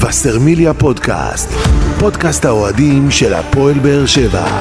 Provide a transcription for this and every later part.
וסרמיליה פודקאסט, פודקאסט האוהדים של הפועל באר שבע.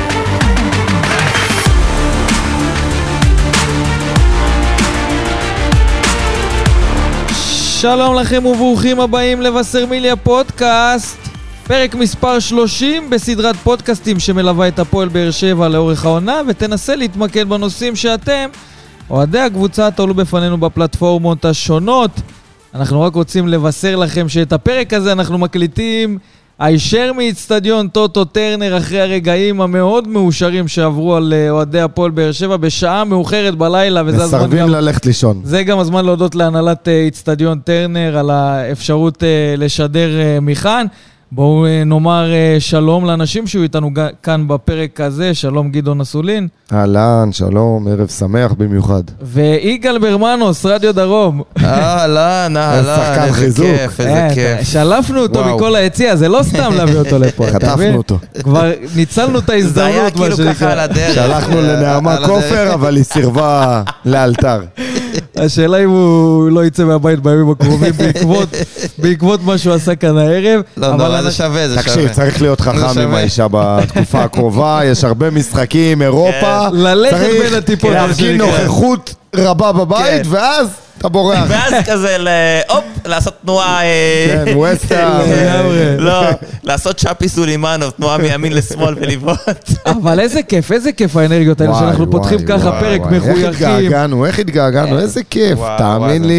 שלום לכם וברוכים הבאים לווסרמיליה פודקאסט, פרק מספר 30 בסדרת פודקאסטים שמלווה את הפועל באר שבע לאורך העונה, ותנסה להתמקד בנושאים שאתם, אוהדי הקבוצה, תעלו בפנינו בפלטפורמות השונות. אנחנו רק רוצים לבשר לכם שאת הפרק הזה אנחנו מקליטים הישר מאצטדיון טוטו טרנר, אחרי הרגעים המאוד מאושרים שעברו על אוהדי הפועל באר שבע בשעה מאוחרת בלילה, מסרבים ללכת לישון. זה גם הזמן להודות להנהלת אצטדיון טרנר על האפשרות לשדר מכאן. בואו נאמר שלום לאנשים שהוא איתנו כאן בפרק הזה. שלום גדעון אסולין. אהלן, שלום, ערב שמח במיוחד. ויגאל ברמנוס, רדיו דרום. אהלן, איזה כיף, איזה כיף. שלפנו אותו מכל היציאה, זה לא סתם להביא אותו לפה. חטפנו אותו. כבר ניצלנו את ההזדמנות. זה היה כאילו ככה על הדרך. שלחנו לנעמה כופר, אבל היא סירבה לאלתר. השאלה אם הוא לא יצא מהבית בימים הקרובים בעקבות מה שהוא עשה כאן הערב. לא, נורא, זה שווה, זה שווה. תקשיב, צריך להיות חכם עם האישה בתקופה הקרובה, יש הרבה משחקים, אירופה. ללכת בין הטיפות. להפגין נוכחות רבה בבית, ואז אתה בורח. ואז כזה, לעשות תנועה... כן, ווסטה. לא, לעשות שפי סולימנוב, תנועה מימין לשמאל ולבעוט. אבל איזה כיף האנרגיות האלה, שאנחנו פותחים ככה פרק מחויכים. איך התגעגענו, איזה כיף, תאמין לי.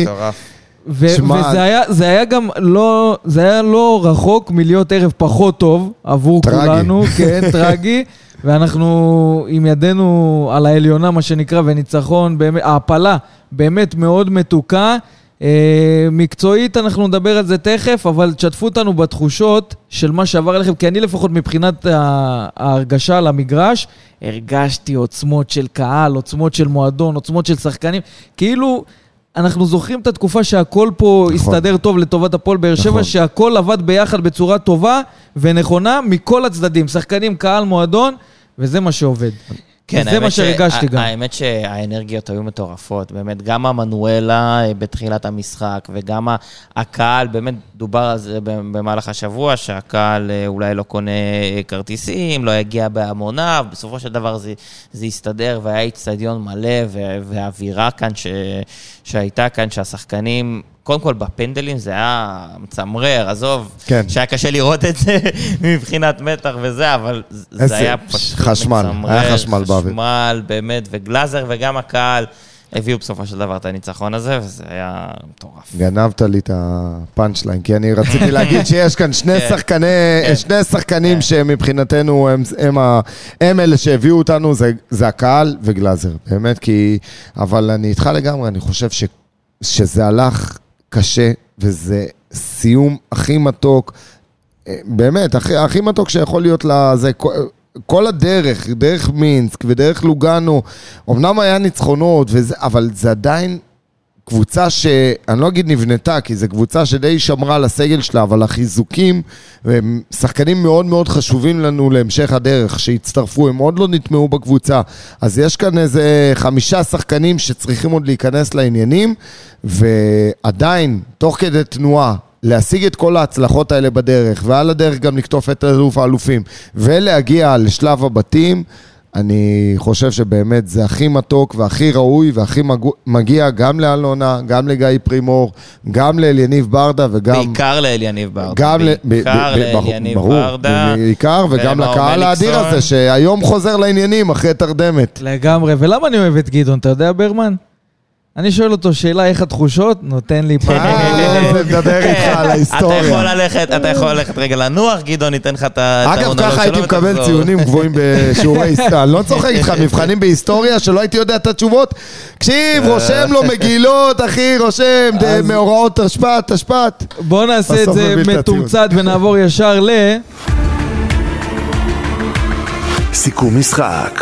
וזה היה גם לא, זה היה לא רחוק מלהיות ערב פחות טוב עבור כולנו, כן, טרגי, ואנחנו עם ידינו על העליונה, מה שנקרא, וניצחון, ההפלה באמת מאוד מתוקה. מקצועית אנחנו נדבר על זה תכף, אבל תשתפו אותנו בתחושות של מה שעבר עליכם, כי אני לפחות מבחינת ההרגשה על המגרש, הרגשתי עוצמות של קהל, עוצמות של מועדון, עוצמות של שחקנים, כאילו אנחנו זוכרים את התקופה שהכל פה הסתדר טוב לטובת הפועל באר שבע, שהכל עבד ביחד בצורה טובה ונכונה מכל הצדדים, שחקנים, קהל, מועדון, וזה מה שעובד. כן, זה מה שהרגשתי גם. האמת שהאנרגיות היו מטורפות, באמת, גם המנואלה בתחילת המשחק, וגם הקהל, באמת דובר על זה במהלך השבוע, שהקהל אולי לא קונה כרטיסים, לא יגיע בהמוניו, בסופו של דבר זה יסתדר, והיה אצטדיון מלא, והאווירה כאן שהייתה כאן, שהשחקנים... קודם כל, בפנדלים זה היה מצמרר, עזוב, שהיה קשה לראות את זה מבחינת מתח וזה, אבל זה היה פשוט חשמל, היה חשמל באוויר. חשמל, באמת, וגלאזר וגם הקהל הביאו בסופו של דבר את הניצחון הזה, וזה היה מטורף. גנבת לי את הפאנצ'ליין, כי אני רציתי להגיד שיש כאן שני שחקנים שמבחינתנו הם אלה שהביאו אותנו, זה הקהל וגלאזר, באמת, אבל אני איתך לגמרי, אני חושב שזה הלך קשה, וזה סיום הכי מתוק, באמת, הכי מתוק שיכול להיות לזה, כל הדרך, דרך מינסק ודרך לוגנו, אמנם היה ניצחונות, אבל זה עדיין קבוצה שאני לא אגיד נבנתה, כי זו קבוצה שדי שמרה לסגל שלה, אבל החיזוקים, שחקנים מאוד מאוד חשובים לנו להמשך הדרך, שהצטרפו, הם עוד לא נטמעו בקבוצה, אז יש כאן איזה 5 שחקנים שצריכים עוד להיכנס לעניינים, ועדיין, תוך כדי תנועה, להשיג את כל ההצלחות האלה בדרך, ועל הדרך גם לקטוף את אלוף האלופים, ולהגיע לשלב הבתים, אני חושב שבאמת זה הכי מתוק והכי ראוי והכי מגיע גם לאלונה, גם לגיא פרימור, גם לאליניב ברדה וגם... בעיקר לאליניב ברדה. בעיקר לאליניב ברדה. בעיקר וגם לקהל האדיר הזה שהיום חוזר לעניינים אחרי תרדמת. לגמרי, ולמה אני אוהב את גדעון, אתה יודע ברמן? אני שואל אותו שאלה, איך התחושות? נותן לי פעם. זה מדבר איתך על ההיסטוריה. אתה יכול ללכת רגע לנוח, גדעון ניתן לך את אגב, ככה הייתי מקבל ציונים גבוהים בשיעורי היסטוריה. אני לא צוחק איתך, מבחנים בהיסטוריה שלא הייתי יודע את התשובות. קשיב, רושם לו מגילות, אחי, רושם, מאורעות תשפט. בוא נעשה את זה מתומצת ונעבור ישר סיכום משחק.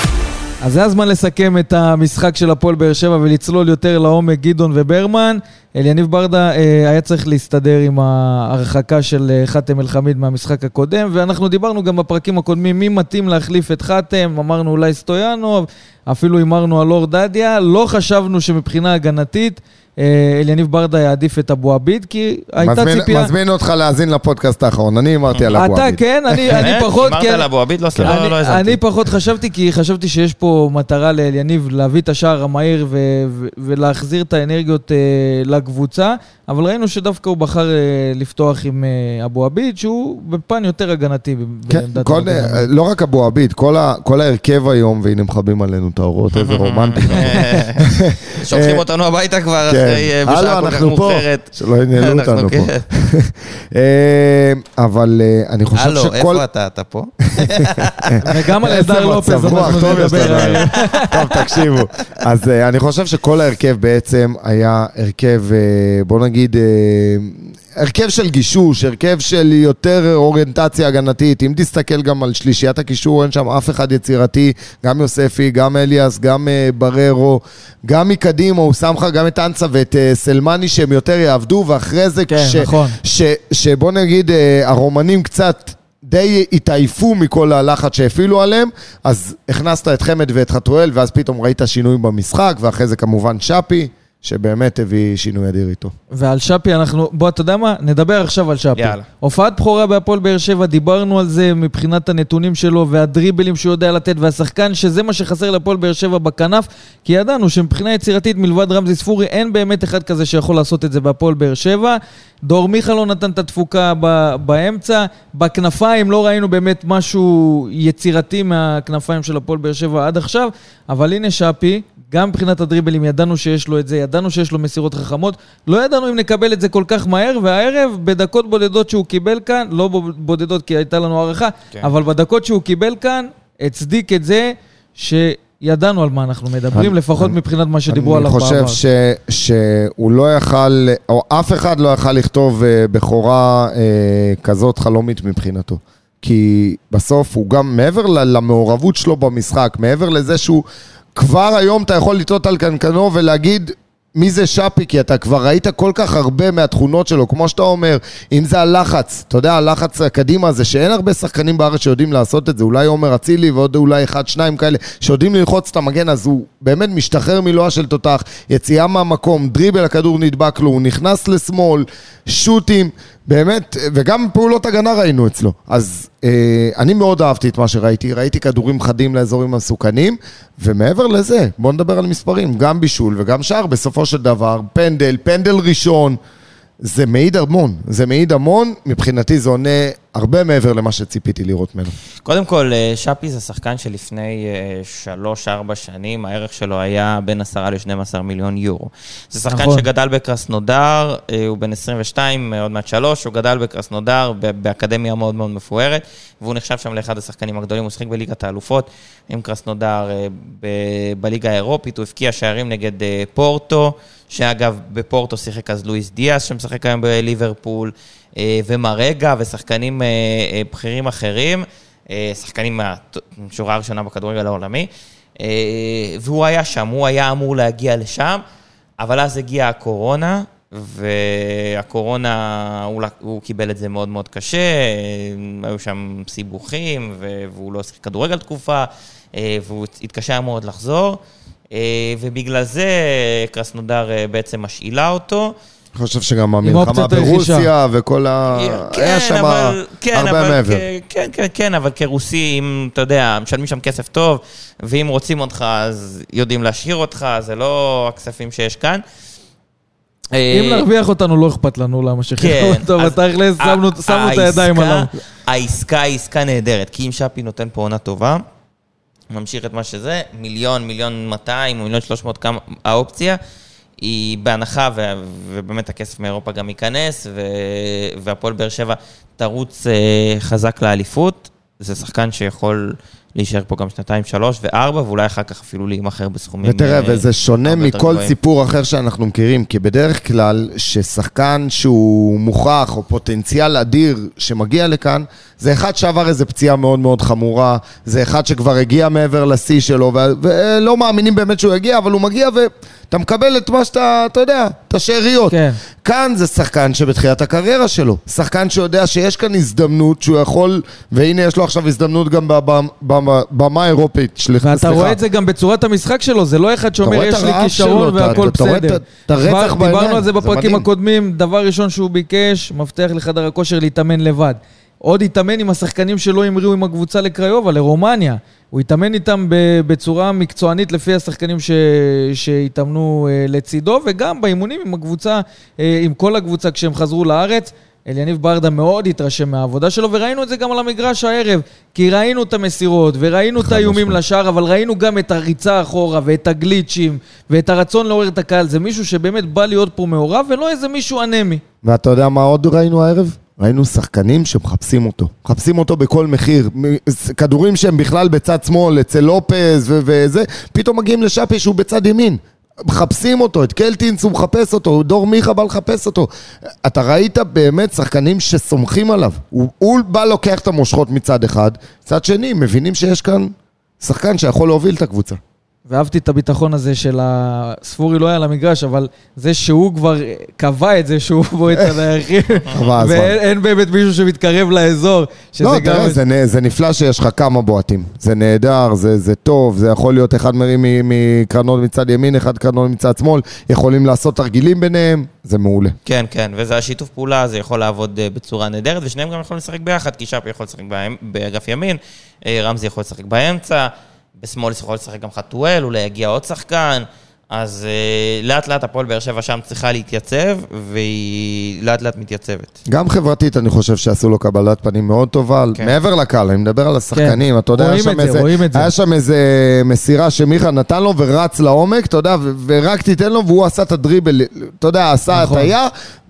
אז זה הזמן לסכם את המשחק של הפועל באר שבע ולצלול יותר לעומק גדעון וברמן. אליניב ברדה היה צריך להסתדר עם ההרחקה של חתם אל חמיד מהמשחק הקודם, ואנחנו דיברנו גם בפרקים הקודמים מי מתאים להחליף את חתם, אמרנו אולי סטויאנו, אפילו אמרנו על אור דדיה, לא חשבנו שמבחינה הגנתית אליניב ברדה יעדיף את אבו עביד, כי הייתה ציפייה... מזמין אותך להאזין לפודקאסט האחרון, אני אמרתי על אבו עביד. אתה כן, אני פחות... אמרת על אבו עביד? לא הזנתי. אני פחות חשבתי, כי חשבתי שיש פה מטרה לאליניב להביא את השער המהיר ולהחזיר את האנרגיות לקבוצה, אבל ראינו שדווקא הוא בחר לפתוח עם אבו עביד, שהוא בפן יותר הגנתי. לא רק אבו עביד, כל ההרכב היום, והנה מחבים עלינו את האורות, איזה רומנטי. שולחים אותנו הביתה כבר אחרי בשעה כל כך מאוחרת. שלא ינהלו אותנו פה. אבל אני חושב שכל... הלו, איפה אתה פה? וגם על אלדר לופז אנחנו נדבר. טוב, תקשיבו. אז אני חושב שכל ההרכב בעצם היה הרכב, בוא נגיד, הרכב של גישוש, הרכב של יותר אוריינטציה הגנתית. אם תסתכל גם על שלישיית הקישור, אין שם אף אחד יצירתי, גם יוספי, גם אליאס, גם בררו, גם מקדימה, הוא שם לך גם את אנסה ואת סלמני שהם יותר יעבדו, ואחרי זה שבוא נגיד הרומנים קצת די התעייפו מכל הלחץ שהפעילו עליהם, אז הכנסת את חמד ואת חתואל, ואז פתאום ראית שינוי במשחק, ואחרי זה כמובן שפי, שבאמת הביא שינוי אדיר איתו. ועל שפי אנחנו, בוא אתה יודע מה? נדבר עכשיו על שפי. יאללה. הופעת בחורה בהפועל באר שבע, דיברנו על זה מבחינת הנתונים שלו, והדריבלים שהוא יודע לתת, והשחקן שזה מה שחסר להפועל באר שבע בכנף, כי ידענו שמבחינה יצירתית מלבד רמזי ספורי, אין באמת אחד כזה שיכול לעשות את זה בהפועל באר שבע. דור מיכה לא נתן את התפוקה באמצע, בכנפיים לא ראינו באמת משהו יצירתי מהכנפיים של הפועל באר שבע עד עכשיו, אבל הנה שפי, גם מבחינת הדריבלים ידענו שיש לו את זה, ידענו שיש לו מסירות חכמות, לא ידענו אם נקבל את זה כל כך מהר, והערב בדקות בודדות שהוא קיבל כאן, לא בודדות כי הייתה לנו הערכה, כן. אבל בדקות שהוא קיבל כאן, הצדיק את זה שידענו על מה אנחנו מדברים, לפחות מבחינת מה שדיברו עליו בעבר. אני חושב שהוא לא יכל, או אף אחד לא יכל לכתוב בחורה כזאת חלומית מבחינתו. כי בסוף הוא גם מעבר למעורבות שלו במשחק, מעבר לזה שהוא כבר היום אתה יכול לטעות על קנקנו ולהגיד מי זה שפי, כי אתה כבר ראית כל כך הרבה מהתכונות שלו, כמו שאתה אומר, אם זה הלחץ, אתה יודע, הלחץ הקדימה הזה, שאין הרבה שחקנים בארץ שיודעים לעשות את זה, אולי עומר אצילי ועוד אולי אחד, שניים כאלה, שיודעים ללחוץ את המגן, אז הוא באמת משתחרר מלואה של תותח, יציאה מהמקום, דריבל, הכדור נדבק לו, הוא נכנס לשמאל, שוטים, באמת, וגם פעולות הגנה ראינו אצלו. אז אני מאוד אהבתי את מה שראיתי, ראיתי כדורים חדים לאזורים המסוכנים, ומעבר לזה, בואו נדבר על מספרים, גם בישול וגם שער, בסופו של דבר, פנדל ראשון, זה מעיד המון, מבחינתי זה עונה הרבה מעבר למה שציפיתי לראות ממנו. קודם כל, שפי זה שחקן שלפני 3-4 שנים, הערך שלו היה בין 10 ל-12 מיליון יורו. זה שחקן שגדל בקרסנודר, הוא בן 22, עוד מעט 3, הוא גדל בקרסנודר, באקדמיה מאוד מאוד מפוארת, והוא נחשב שם לאחד השחקנים הגדולים, הוא שחק בליגת האלופות, עם קרסנודר בליגה האירופית, הוא הפקיע שערים נגד פורטו, שאגב בפורטו שיחק אז לואיס דיאס, שמשחק היום בליברפול, ומרגע ושחקנים בכירים אחרים, שחקנים מהשורה הראשונה בכדורגל העולמי, והוא היה שם, הוא היה אמור להגיע לשם, אבל אז הגיעה הקורונה, והקורונה, הוא קיבל את זה מאוד מאוד קשה, היו שם סיבוכים, והוא לא שיחק כדורגל תקופה, והוא התקשה מאוד לחזור, ובגלל זה קרסנודר בעצם משאילה אותו. אני חושב שגם המלחמה ברוסיה וכל היה שם הרבה מעבר. כן, אבל כרוסי, אם אתה יודע, משלמים שם כסף טוב, ואם רוצים אותך, אז יודעים להשאיר אותך, זה לא הכספים שיש כאן. אם נרוויח אותנו, לא אכפת לנו למה שחררו אותו, ותכלס שמנו את הידיים עליו. העסקה היא עסקה נהדרת, כי אם שפי נותן פה עונה טובה, ממשיך את מה שזה, 1,200,000, 1,300,000 כמה האופציה, היא בהנחה, ובאמת הכסף מאירופה גם ייכנס, והפועל באר שבע תרוץ חזק לאליפות, זה שחקן שיכול להישאר פה גם 2, 3 ו4, ואולי אחר כך אפילו להימחר בסכומים. ותראה, וזה שונה מכל סיפור אחר שאנחנו מכירים, כי בדרך כלל ששחקן שהוא מוכח או פוטנציאל אדיר שמגיע לכאן, זה אחד שעבר איזו פציעה מאוד מאוד חמורה, זה אחד שכבר הגיע מעבר לשיא שלו, ולא מאמינים באמת שהוא יגיע, אבל הוא מגיע ואתה אתה מקבל את מה שאתה, אתה יודע, את השאריות. כן. כאן זה שחקן שבתחילת הקריירה שלו, שחקן שיודע שיש כאן הזדמנות שהוא יכול, והנה יש לו עכשיו הזדמנות גם במה אירופית. ואתה רואה את זה גם בצורת המשחק שלו, זה לא אחד שאומר יש לי כישרון והכל בסדר. דיברנו על זה בפרקים הקודמים, דבר ראשון שהוא ביקש, מבטיח לחדר הכושר להתאמן לבד. עוד יתאמן עם השחקנים שלא ימריאו עם הקבוצה לקריובה, לרומניה. הוא יתאמן איתם בצורה מקצוענית לפי השחקנים שהתאמנו לצידו, וגם באימונים עם הקבוצה, עם כל הקבוצה כשהם חזרו לארץ. אליניב ברדה מאוד התרשם מהעבודה שלו, וראינו את זה גם על המגרש הערב, כי ראינו את המסירות, וראינו את האיומים לשער, אבל ראינו גם את הריצה אחורה, ואת הגליצ'ים, ואת הרצון לעורר את הקהל. זה מישהו שבאמת בא להיות פה מעורב, ולא איזה מישהו אנמי. ואתה יודע מה עוד ראינו הערב? ראינו שחקנים שמחפשים אותו. מחפשים אותו בכל מחיר. כדורים שהם בכלל בצד שמאל, אצל לופז וזה, פתאום מגיעים לשאפי שהוא בצד ימין. מחפשים אותו, את קלטינס הוא מחפש אותו, דור מיכה בא לחפש אותו. אתה ראית באמת שחקנים שסומכים עליו. הוא בא לוקח את המושכות מצד אחד, מצד שני, מבינים שיש כאן שחקן שיכול להוביל את הקבוצה. ואהבתי את הביטחון הזה של הספורי לא היה למגרש, אבל זה שהוא כבר קבע את זה שהוא בועט על היחיד, ואין באמת מישהו שמתקרב לאזור. לא, תראה, זה נפלא שיש לך כמה בועטים. זה נהדר, זה טוב, זה יכול להיות אחד מרים מקרנות מצד ימין, אחד קרנות מצד שמאל, יכולים לעשות תרגילים ביניהם, זה מעולה. כן, כן, וזה השיתוף פעולה, זה יכול לעבוד בצורה נהדרת, ושניהם גם יכולים לשחק ביחד, כי שפי יכול לשחק באגף ימין, רמזי יכול לשחק באמצע, בשמאל יכול לשחק גם חתואל, אולי יגיע עוד שחקן, אז לאט לאט הפועל באר שבע שם צריכה להתייצב, והיא לאט לאט מתייצבת. גם חברתית אני חושב שעשו לו קבלת פנים מאוד טובה, מעבר לקהל, אני מדבר על השחקנים, אתה יודע, היה שם איזה מסירה שמיכה נתן לו ורץ לעומק, אתה יודע, ורק תיתן לו, והוא עשה את הדריבל, אתה יודע, עשה הטעיה,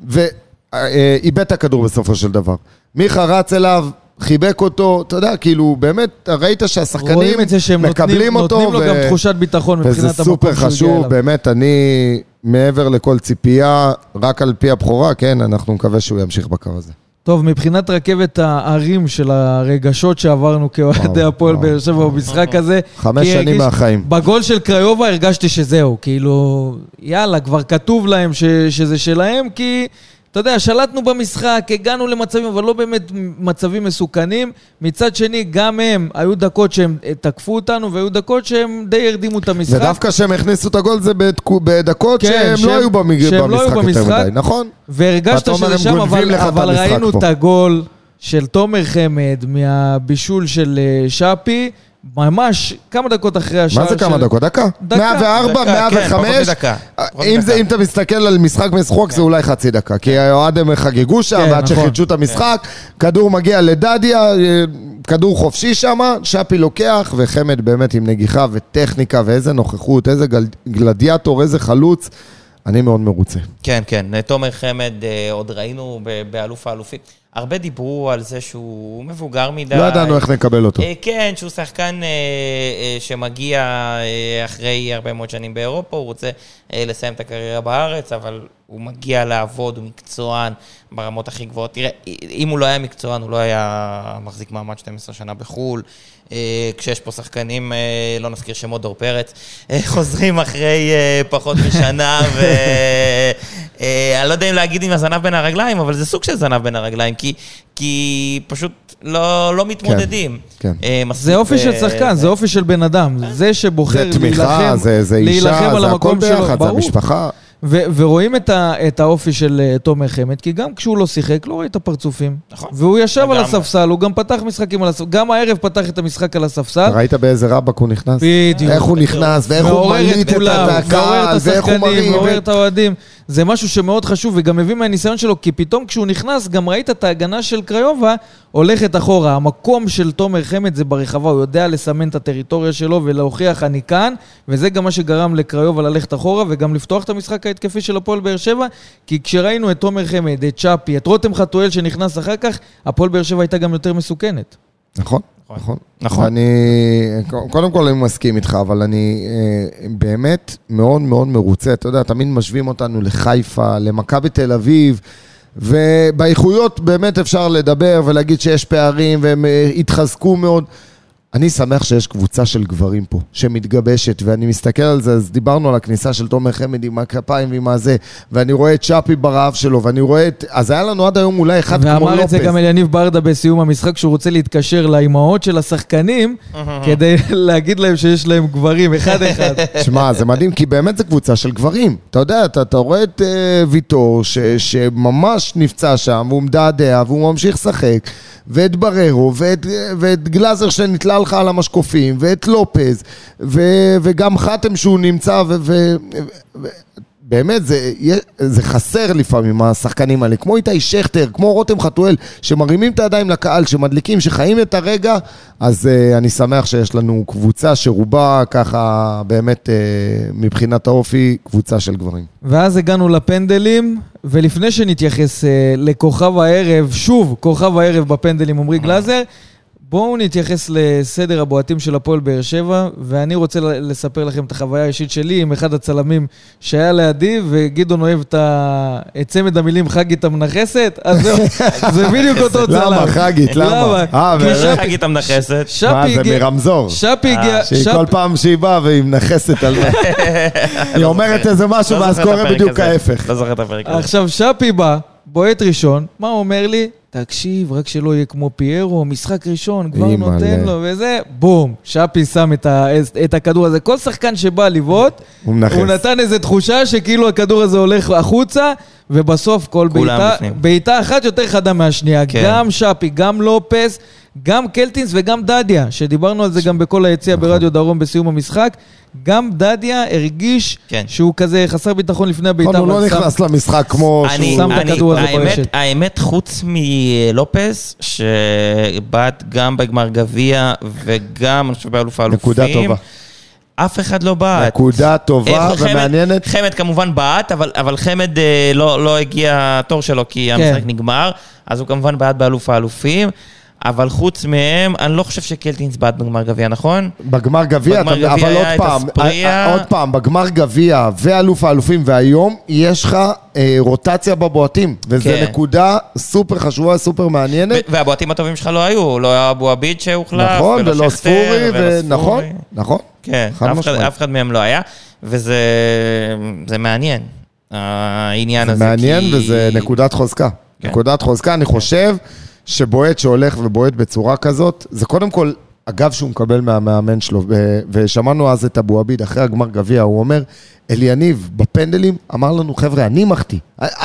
ואיבד את הכדור בסופו של דבר. מיכה רץ אליו, חיבק אותו, אתה יודע, כאילו, באמת, ראית שהשחקנים מקבלים אותו, נותנים לו גם תחושת ביטחון מבחינת המקום וזה סופר חשוב, באמת, אני מעבר לכל ציפייה, רק על פי הבחורה, כן, אנחנו מקווה שהוא ימשיך בקו הזה. טוב, מבחינת רכבת הערים של הרגשות שעברנו כאוהדי הפועל באר שבע במשחק הזה, 5 שנים מהחיים. בגול של קריובה הרגשתי שזהו, כאילו, יאללה, כבר כתוב להם שזה שלהם, כי אתה יודע, שלטנו במשחק, הגענו למצבים, אבל לא באמת מצבים מסוכנים. מצד שני, גם הם, היו דקות שהם תקפו אותנו, והיו דקות שהם די הרדימו את המשחק. ודווקא שהם הכניסו את הגול זה בדקות שהם לא היו במשחק יותר מדי, נכון? והרגשת שלשם, אבל ראינו את הגול של תומר חמד, מהבישול של שפי, ממש כמה דקות אחרי השער. מה זה כמה דקות? דקה? 104, 105. אם אתה מסתכל על משחק משחוק זה אולי חצי דקה, כי האוהדים חגגו שם ועד שחידשו את המשחק, כדור מגיע לדדיה, כדור חופשי שם, שפי לוקח, וחמד באמת עם נגיחה וטכניקה ואיזה נוכחות, איזה גלדיאטור, איזה חלוץ. אני מאוד מרוצה. כן, כן. תומר חמד עוד ראינו באלוף האלופים. הרבה דיברו על זה שהוא מבוגר מדי. לא ידענו איך נקבל אותו. כן, שהוא שחקן שמגיע אחרי הרבה מאוד שנים באירופה, הוא רוצה לסיים את הקריירה בארץ, אבל הוא מגיע לעבוד, הוא מקצוען ברמות הכי גבוהות. תראה, אם הוא לא היה מקצוען, הוא לא היה מחזיק מעמד 12 שנה בחול. כשיש פה שחקנים, לא נזכיר שמות, דור פרץ, חוזרים אחרי פחות משנה, ואני לא יודע אם להגיד עם הזנב בין הרגליים, אבל זה סוג של זנב בין הרגליים, כי פשוט לא מתמודדים. זה אופי של שחקן, זה אופי של בן אדם, זה שבוחר להילחם על המקום שלו, זה המשפחה. ורואים את האופי של תומר חמד, כי גם כשהוא לא שיחק, לא רואה את הפרצופים. והוא ישב על הספסל, הוא גם פתח משחקים על הספסל, גם הערב פתח את המשחק על הספסל. ראית באיזה רבק הוא נכנס? בדיוק. איך הוא נכנס, ואיך הוא מליט את הקהל, ואיך הוא מרים. מעורר את האוהדים. זה משהו שמאוד חשוב, וגם מביא מהניסיון שלו, כי פתאום כשהוא נכנס, גם ראית את ההגנה של קריובה, הולכת אחורה. המקום של תומר חמד זה ברחבה, הוא יודע לסמן את הטריטוריה שלו ולהוכיח אני כאן, וזה גם מה שגרם לקריובה ללכת אחורה, וגם לפתוח את המשחק ההתקפי של הפועל באר שבע, כי כשראינו את תומר חמד, את שפי, את רותם חתואל שנכנס אחר כך, הפועל באר שבע הייתה גם יותר מסוכנת. נכון. נכון. אני, קודם כל אני מסכים איתך, אבל אני באמת מאוד מאוד מרוצה. אתה יודע, תמיד משווים אותנו לחיפה, למכבי תל אביב, ובאיכויות באמת אפשר לדבר ולהגיד שיש פערים, והם התחזקו מאוד. אני שמח שיש קבוצה של גברים פה, שמתגבשת, ואני מסתכל על זה, אז דיברנו על הכניסה של תומר חמד עם הכפיים ועם הזה, ואני רואה את שפי ברעב שלו, ואני רואה את... אז היה לנו עד היום אולי אחד כמו לופס. ואמר את זה גם אליניב ברדה בסיום המשחק, שהוא רוצה להתקשר לאימהות של השחקנים, כדי להגיד להם שיש להם גברים, אחד. שמע, זה מדהים, כי באמת זה קבוצה של גברים. אתה יודע, אתה רואה את ויטור, שממש נפצע שם, והוא מדעדע, והוא ממשיך לשחק, ואת בררו, ואת גלאזר שנתלה לך על המשקופים, ואת לופז, וגם חתם שהוא נמצא, באמת, זה חסר לפעמים, השחקנים האלה, כמו איתי שכטר, כמו רותם חתואל, שמרימים את הידיים לקהל, שמדליקים, שחיים את הרגע, אז אני שמח שיש לנו קבוצה שרובה ככה, באמת, מבחינת האופי, קבוצה של גברים. ואז הגענו לפנדלים, ולפני שנתייחס לכוכב הערב, שוב, כוכב הערב בפנדלים, עמרי גלאזר, בואו נתייחס לסדר הבועטים של הפועל באר שבע, ואני רוצה לספר לכם את החוויה האישית שלי עם אחד הצלמים שהיה לידי, וגדעון אוהב את צמד המילים חגית המנחסת, אז זה בדיוק אותו צלם. למה חגית? למה? חגית המנחסת. מה, זה מרמזור? שפי הגיע... שהיא כל פעם שהיא באה והיא מנחסת על מה. היא אומרת איזה משהו, ואז קורה בדיוק ההפך. לא זוכר את הפרק הזה. עכשיו שפי בא, בועט ראשון, מה הוא אומר לי? תקשיב, רק שלא יהיה כמו פיירו, משחק ראשון, כבר נותן לו וזה, בום, שפי שם את הכדור הזה. כל שחקן שבא לבעוט, הוא נתן איזו תחושה שכאילו הכדור הזה הולך החוצה, ובסוף כל בעיטה אחת יותר חדה מהשנייה. גם שפי, גם לופס, גם קלטינס וגם דדיה, שדיברנו על זה גם בכל היציאה ברדיו דרום בסיום המשחק, גם דדיה הרגיש שהוא כזה חסר ביטחון לפני הבעיטה. הוא לא נכנס למשחק כמו שהוא שם את הכדור הזה ברשת. האמת, חוץ מלופס, שבאת גם בגמר גביע וגם, אני חושב, באלוף האלופים. נקודה טובה. אף אחד לא בעט. נקודה טובה ומעניינת. חמד כמובן בעט, אבל חמד לא הגיע התור שלו כי המשחק נגמר, אז הוא כמובן בעט באלוף האלופים. אבל חוץ מהם, אני לא חושב שקלטינס בעט בגמר גביע, נכון? בגמר גביע, אבל עוד פעם, בגמר גביע ואלוף האלופים, והיום יש לך רוטציה בבועטים, וזו נקודה סופר חשובה, סופר מעניינת. והבועטים הטובים שלך לא היו, לא היה אבו עביד שהוחלף, נכון, ולא ספורי, נכון. כן, אף אחד מהם לא היה, וזה מעניין, העניין הזה. זה מעניין וזה נקודת חוזקה. נקודת חוזקה, אני חושב שבועט שהולך ובועט בצורה כזאת, זה קודם כל, אגב שהוא מקבל מהמאמן שלו, ושמענו אז את אבו עביד אחרי הגמר גביע, הוא אומר, אליניב בפנדלים, אמר לנו, חבר'ה, אני מחתי,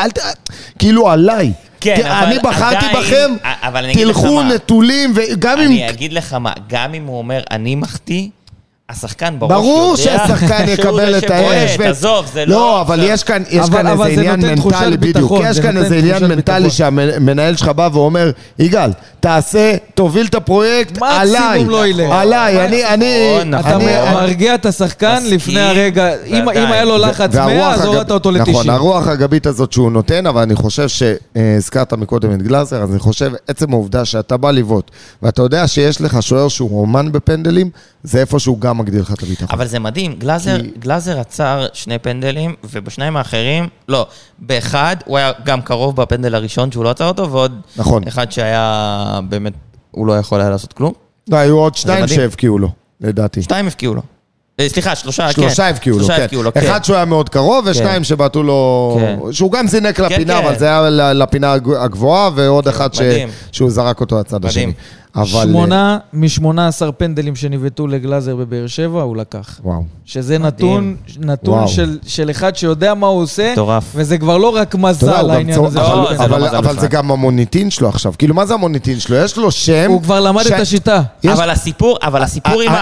כאילו עליי, אני בחרתי בכם, תלכו נטולים, וגם אם... אני אגיד לך מה, גם אם הוא אומר, אני מחתי, השחקן בראש ברור שהשחקן יקבל את האש. תעזוב, זה לא... לא, אבל יש כאן איזה עניין מנטלי, בדיוק. יש כאן איזה עניין מנטלי שהמנהל שלך בא ואומר, יגאל, תעשה, תוביל את הפרויקט, עליי. עליי, אתה מרגיע את השחקן לפני הרגע. אם היה לו לחץ 100, אז הורדת אותו ל-90. נכון, הרוח הגבית הזאת שהוא נותן, אבל אני חושב שהזכרת מקודם את גלאזר, אז אני חושב, עצם העובדה שאתה בא לבעוט, ואתה יודע שיש לך שוער שהוא אומן בפנדלים, זה איפה שהוא גם מגדיל לך את הביטחון. אבל זה מדהים, גלאזר עצר 2 פנדלים, ובשניים האחרים, לא, באחד הוא היה גם קרוב בפנדל הראשון שהוא לא עצר אותו, ועוד אחד שהיה באמת, הוא לא יכול היה לעשות כלום. לא, היו עוד 2 שהבקיעו לו, לדעתי. 2 הבקיעו לו. סליחה, 3, כן. 3 הבקיעו לו, כן. אחד שהוא היה מאוד קרוב, ו2 שבעטו לו, שהוא גם זינק לפינה, אבל זה היה לפינה הגבוהה, ועוד אחד שהוא זרק אותו הצד השני. 8 מ-18 פנדלים שניבטו לגלאזר בבאר שבע, הוא לקח. וואו. שזה נתון של אחד שיודע מה הוא עושה, וזה כבר לא רק מזל העניין הזה. אבל זה גם המוניטין שלו עכשיו. כאילו, מה זה המוניטין שלו? יש לו שם... הוא כבר למד את השיטה. אבל הסיפור עם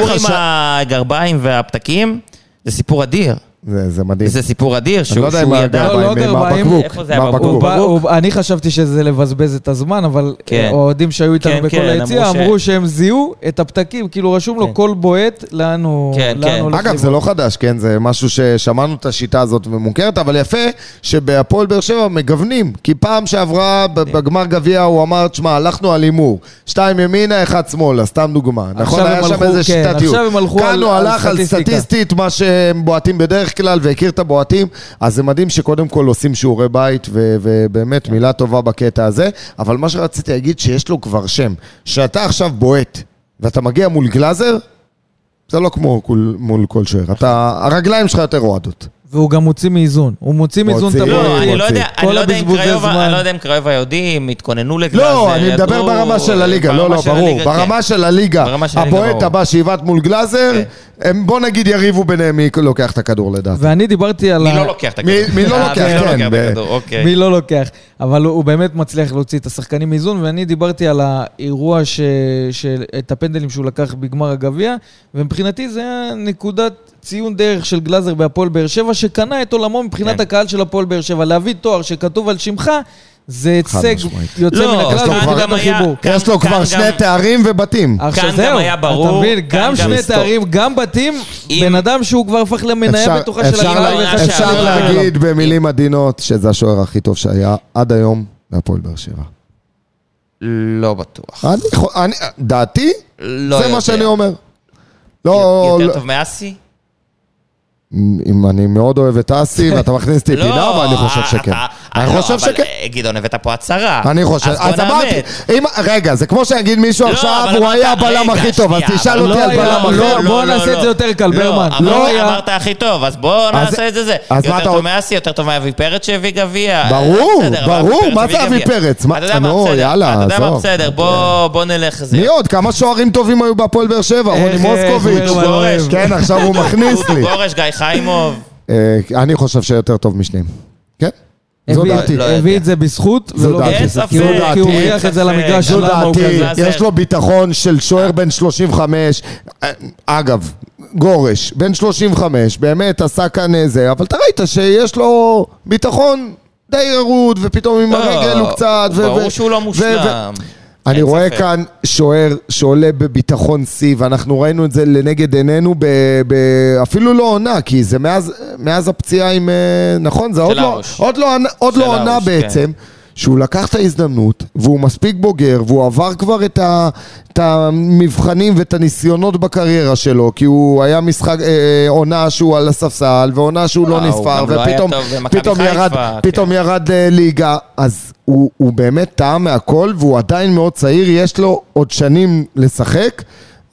הגרביים והפתקים, זה סיפור אדיר. זה מדהים. זה סיפור אדיר, שהוא ידע. לא גרביים, איפה זה היה בבקבוק? אני חשבתי שזה לבזבז את הזמן, אבל אוהדים שהיו איתנו בכל היציאה, אמרו שהם זיהו את הפתקים, כאילו רשום לו כל בועט, לאן הוא... אגב, זה לא חדש, כן? זה משהו ששמענו את השיטה הזאת ומוכרת, אבל יפה שבהפועל באר שבע מגוונים, כי פעם שעברה בגמר גביע הוא אמר, תשמע, הלכנו על הימור, 2 ימינה, 1 שמאלה, סתם דוגמה. נכון, היה שם איזה שיטתיות. כאן הוא הלך על סטטיסטית, מה שהם בועטים בדרך כלל והכיר את הבועטים, אז זה מדהים שקודם כל עושים שיעורי בית, ובאמת מילה טובה בקטע הזה, אבל מה שרציתי להגיד שיש לו כבר שם, שאתה עכשיו בועט ואתה מגיע מול גלאזר, זה לא כמו מול כל שוער. הרגליים שלך יותר רועדות. והוא גם מוציא מאיזון. הוא מוציא מאיזון תמיד. אני לא יודע אם קראיובה יודעים, התכוננו לגלאזר. לא, אני מדבר ברמה של הליגה. לא, ברור. ברמה של הליגה. הבועט הבא שיבט מול גלאזר, בוא נגיד יריבו ביניהם מי לוקח את הכדור לדעת. ואני דיברתי על... מי לא לוקח את הכדור? מי לא לוקח, כן. מי לא לוקח. אבל הוא באמת מצליח להוציא את השחקנים מאיזון, ואני דיברתי על האירוע את הפנדלים שהוא לקח בגמר הגביע, ומבחינתי זה היה נקודת ציון דרך של גלאזר בהפועל באר שבע, שקנה את עולמו מבחינת הקהל של הפועל באר שבע. להביא תואר שכתוב על שמך, זה הישג יוצא מן הכלל מבחינת החיבור. יש לו כבר 2 תארים ובתים. כאן גם היה ברור. גם 2 תארים, גם בתים, בן אדם שהוא כבר הפך למנהל בתוכה של הליגה. אפשר להגיד במילים עדינות שזה השוער הכי טוב שהיה עד היום בהפועל באר שבע. לא בטוח. דעתי, זה מה שאני אומר. יותר טוב מאסי? אם אני מאוד אוהב את אסי, ואתה מכניס אותי פינה, אבל אני חושב שכן. אני חושב שכן. גדעון, הבאת פה הצהרה. אני חושב, אז אמרתי, רגע, זה כמו שאני אגיד מישהו עכשיו, הוא היה הבלם הכי טוב, אז תשאל אותי על בלם הכי טוב. בוא נעשה את זה יותר קל, ברמן. אמרת הכי טוב, אז בוא נעשה את זה. יותר טוב מאסי, יותר טוב מאבי פרץ שהביא גביע. ברור, מה זה אבי פרץ? יאללה, אתה יודע מה בסדר, בוא נלך זה. מי עוד? כמה שוערים טובים היו בהפועל באר שבע? רוני מוסקוביץ'. כן, עכשיו הוא מכניס לי. גורש, גיא חיימוב. אני חושב שיותר טוב משניהם. כן? זו דעתי. הביא את זה בזכות, זו דעתי. כי הוא הריח את זה למגרש. זו דעתי. יש לו ביטחון של שוער בן 35. אגב, גורש, בן 35, באמת עשה כאן זה, אבל אתה ראית שיש לו ביטחון די ירוד, ופתאום עם הרגל הוא קצת. ברור שהוא לא מושלם. אני רואה כאן שוער שעולה בביטחון C, ואנחנו ראינו את זה לנגד עינינו, אפילו לא עונה, כי זה מאז הפציעה עם, נכון, זה עוד לא עונה בעצם, שהוא לקח את ההזדמנות, והוא מספיק בוגר, והוא עבר כבר את המבחנים ואת הניסיונות בקריירה שלו, כי הוא היה משחק, עונה שהוא על הספסל, ועונה שהוא לא נספר, ופתאום ירד ליגה, אז הוא באמת טעם מהכל, והוא עדיין מאוד צעיר, יש לו עוד שנים לשחק,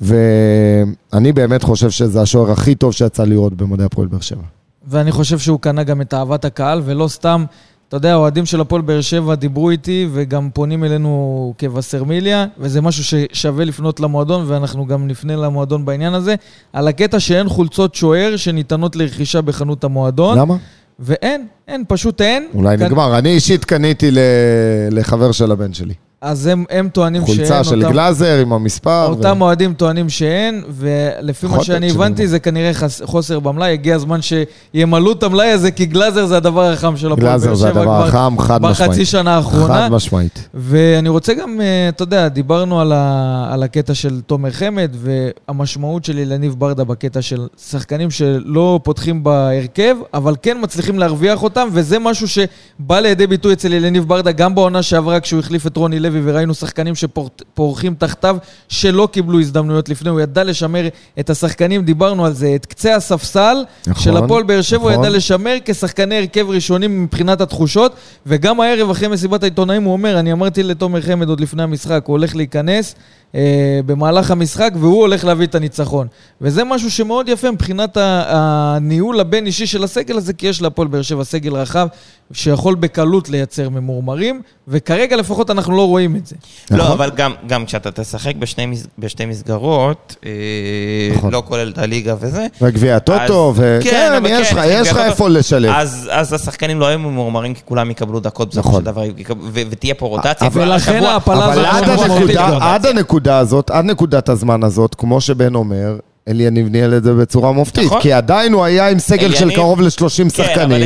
ואני באמת חושב שזה השוער הכי טוב שיצא לראות במדעי הפועל באר שבע. ואני חושב שהוא קנה גם את אהבת הקהל, ולא סתם, אתה יודע, האוהדים של הפועל באר שבע דיברו איתי, וגם פונים אלינו כבסרמיליה, וזה משהו ששווה לפנות למועדון, ואנחנו גם נפנה למועדון בעניין הזה, על הקטע שאין חולצות שוער שניתנות לרכישה בחנות המועדון. למה? ואין, פשוט אין. אולי נגמר, אני אישית קניתי לחבר של הבן שלי. אז הם טוענים שאין. חולצה של גלאזר עם המספר. אותם אוהדים טוענים שאין, ולפי מה שאני הבנתי זה כנראה חוסר במלאי. הגיע הזמן שימלאו את המלאי הזה, כי גלאזר זה הדבר החם של הפועל באר שבע. גלאזר זה הדבר החם, חד משמעית. בחצי שנה האחרונה. חד משמעית. ואני רוצה גם, אתה יודע, דיברנו על הקטע של תומר חמד, והמשמעות של אליניב ברדה בקטע של שחקנים שלא פותחים בהרכב, אבל כן מצליחים להרוויח אותם, וזה משהו שבא לידי ביטוי אצל אליניב ברדה, גם בעונה שעברה כשהוא החליף את רוני לוי, וראינו שחקנים שפורחים תחתיו שלא קיבלו הזדמנויות לפני, הוא ידע לשמר את השחקנים, דיברנו על זה, את קצה הספסל של הפועל באר שבע, הוא ידע לשמר כשחקני הרכב ראשונים מבחינת התחושות, וגם הערב אחרי מסיבת העיתונאים הוא אומר, אני אמרתי לתומר חמד עוד לפני המשחק, הוא הולך להיכנס במהלך המשחק, והוא הולך להביא את הניצחון. וזה משהו שמאוד יפה מבחינת הניהול הבין אישי של הסגל הזה, כי יש להפועל באר שבע סגל רחב, שיכול בקלות לייצר ממורמרים, וכרגע לפחות אנחנו לא רואים את זה. לא, אבל גם כשאתה תשחק בשתי מסגרות, לא כולל את הליגה וזה. וגביע הטוטו, כן, יש לך איפה לשלב. אז השחקנים לא היו ממורמרים, כי כולם יקבלו דקות בסופו של דבר, ותהיה פה רוטציה. ולכן ההפלה הזאת עד נקודת הזמן הזאת, כמו שבן אומר, אליניב ניהל את זה בצורה מופתית, כי עדיין הוא היה עם סגל של קרוב ל-30 שחקנים,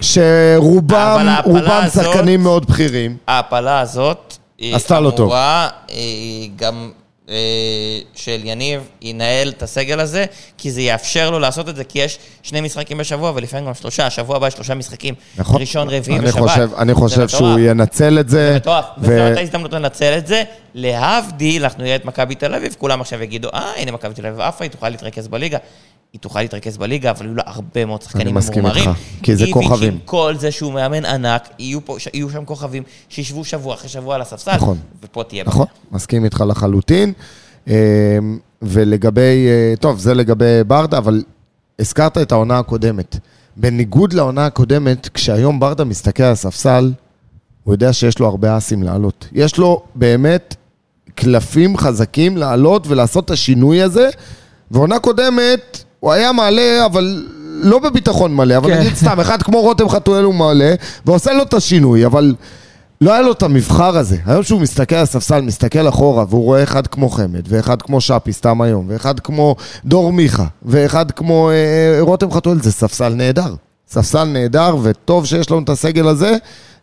שרובם שחקנים מאוד בכירים. ההפלה הזאת היא אמורה גם שאליניב ינהל את הסגל הזה, כי זה יאפשר לו לעשות את זה, כי יש 2 משחקים בשבוע, ולפעמים גם 3, השבוע הבא יש 3 משחקים, ראשון, רביעי ושבת. אני חושב שהוא ינצל את זה. זה מטורף, וזו הייתה הזדמנות לנצל את זה, להבדיל, אנחנו נראה את מכבי תל אביב, כולם עכשיו יגידו, הנה מכבי תל אביב עפה, היא תוכל להתרכז בליגה. היא תוכל להתרכז בליגה, אבל יהיו לה הרבה מאוד שחקנים ממורמרים. כי זה כוכבים. עם כל זה שהוא מאמן ענק, יהיו שם כוכבים שישבו שבוע אחרי שבוע על הספסל, ופה תהיה. נכון, מסכים איתך לחלוטין. ולגבי, טוב, זה לגבי ברדה, אבל הזכרת את העונה הקודמת. בניגוד לעונה הקודמת, כשהיום ברדה מסתכל על הספסל, הוא יודע שיש לו הרבה אסים לעלות. יש לו באמת קלפים חזקים לעלות ולעשות את השינוי הזה, ועונה קודמת, הוא היה מעלה, אבל לא בביטחון מלא, אבל נגיד סתם, אחד כמו רותם חתואל הוא מעלה, ועושה לו את השינוי, אבל לא היה לו את המבחר הזה. היום שהוא מסתכל על הספסל, מסתכל אחורה, והוא רואה אחד כמו חמד, ואחד כמו שפי, סתם היום, ואחד כמו דור מיכה, ואחד כמו רותם חתואל, זה ספסל נהדר. ספסל נהדר, וטוב שיש לנו את הסגל הזה,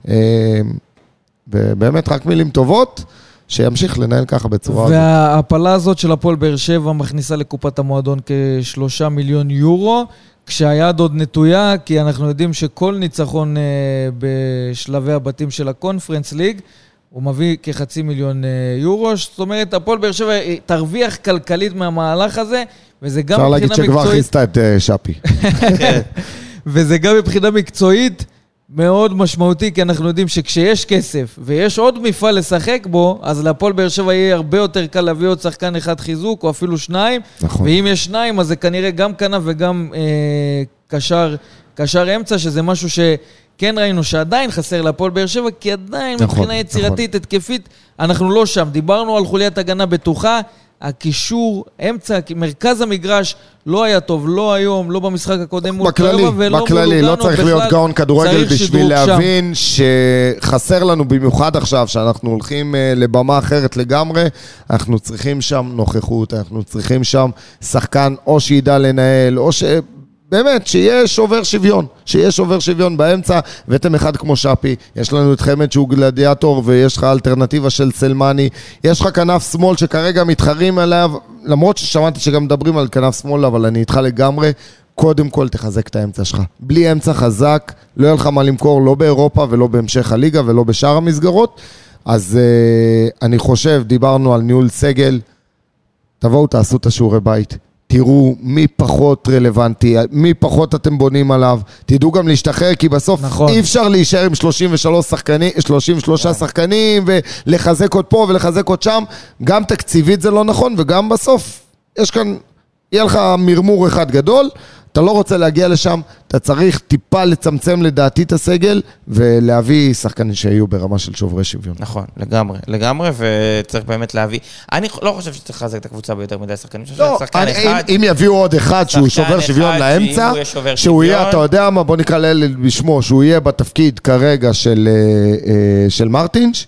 ובאמת רק מילים טובות, שימשיך לנהל ככה בצורה הזאת. וההפלה הזאת של הפועל באר שבע מכניסה לקופת המועדון כ3 מיליון יורו, כשהיד עוד נטויה, כי אנחנו יודעים שכל ניצחון בשלבי הבתים של הקונפרנס ליג, הוא מביא כ500,000 יורו, זאת אומרת, הפועל באר שבע תרוויח כלכלית מהמהלך הזה, וזה גם מבחינה מקצועית... אפשר להגיד שכבר חיסתה את שפי. וזה גם מבחינה מקצועית מאוד משמעותי, כי אנחנו יודעים שכשיש כסף ויש עוד מפעל לשחק בו, אז להפועל באר שבע יהיה הרבה יותר קל להביא עוד שחקן אחד חיזוק, או אפילו 2, נכון. ואם יש 2, אז זה כנראה גם כנף וגם קשר אמצע, שזה משהו שכן ראינו שעדיין חסר להפועל באר שבע, כי עדיין נכון, מבחינה יצירתית, נכון. התקפית, אנחנו לא שם. דיברנו על חוליית הגנה בטוחה, הקישור, אמצע, מרכז המגרש לא היה טוב, לא היום, לא במשחק הקודם מול קרבה, ולא בכללי, לא צריך להיות גאון כדורגל בשביל להבין שחסר לנו במיוחד עכשיו, שאנחנו הולכים לבמה אחרת לגמרי, אנחנו צריכים שם נוכחות, אנחנו צריכים שם שחקן או שידע לנהל, או באמת, שיש שובר שוויון, שיש שובר שוויון באמצע, ואתם אחד כמו שפי, יש לנו את חמד שהוא גלדיאטור, ויש לך אלטרנטיבה של סלמני, יש לך כנף שמאל שכרגע מתחרים עליו, למרות ששמעתי שגם מדברים על כנף שמאל, אבל אני איתך לגמרי, קודם כל תחזק את האמצע שלך. בלי אמצע חזק, לא יהיה לך מה למכור, לא באירופה ולא בהמשך הליגה ולא בשאר המסגרות, אז אני חושב, דיברנו על ניהול סגל, תבואו תעשו את השיעורי בית. תראו מי פחות רלוונטי, מי פחות אתם בונים עליו, תדעו גם להשתחרר, כי בסוף נכון. אי אפשר להישאר עם 33 שחקנים, ולחזק עוד פה ולחזק עוד שם, גם תקציבית זה לא נכון, וגם בסוף יש כאן, יהיה לך מרמור אחד גדול, אתה לא רוצה להגיע לשם, אתה צריך טיפה לצמצם לדעתי את הסגל, ולהביא שחקנים שיהיו ברמה של שוברי שוויון. נכון, לגמרי, וצריך באמת להביא. אני לא חושב שצריך לחזק את הקבוצה ביותר מדי שחקנים. לא, אם יביאו עוד אחד שהוא שובר שוויון לאמצע, שהוא יהיה, אתה יודע מה, בוא נקרא לילד בשמו, שהוא יהיה בתפקיד כרגע של מרטינש,